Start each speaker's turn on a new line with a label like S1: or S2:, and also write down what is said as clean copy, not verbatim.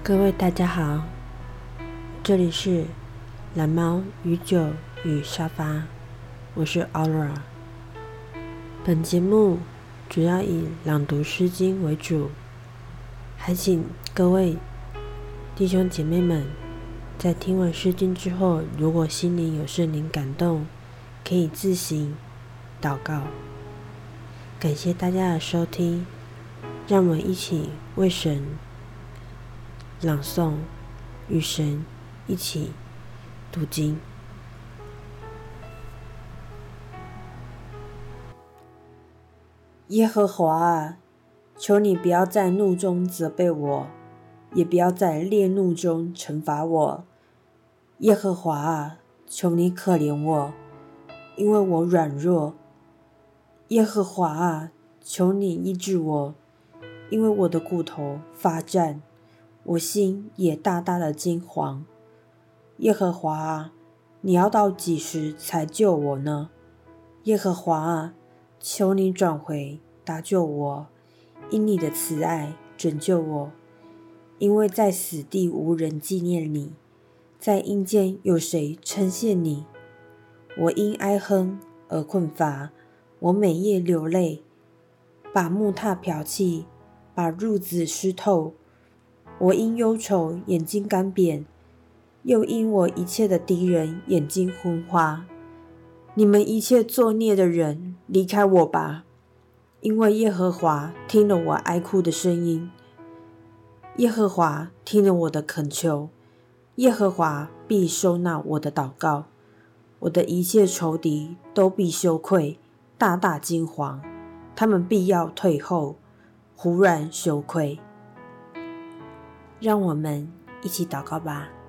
S1: 各位大家好，这里是蓝猫与酒与沙发，我是 Aura。 本节目主要以朗读诗经为主，还请各位弟兄姐妹们在听完诗经之后，如果心灵有圣灵感动，可以自行祷告。感谢大家的收听，让我们一起为神朗诵，与神一起读经。耶和华啊，求你不要在怒中责备我，也不要在烈怒中惩罚我。耶和华啊，求你可怜我，因为我软弱。耶和华啊，求你医治我，因为我的骨头发战，我心也大大的惊惶。耶和华啊，你要到几时才救我呢？耶和华啊，求你转回搭救我，因你的慈爱拯救我。因为在死地无人纪念你，在阴间有谁称谢你？我因哀哼而困乏，我每夜流泪，把木榻漂弃，把褥子湿透。我因忧愁眼睛干瘪，又因我一切的敌人眼睛昏花。你们一切作孽的人，离开我吧！因为耶和华听了我哀哭的声音，耶和华听了我的恳求，耶和华必收纳我的祷告。我的一切仇敌都必羞愧，大大惊惶，他们必要退后，忽然羞愧。让我们一起祷告吧。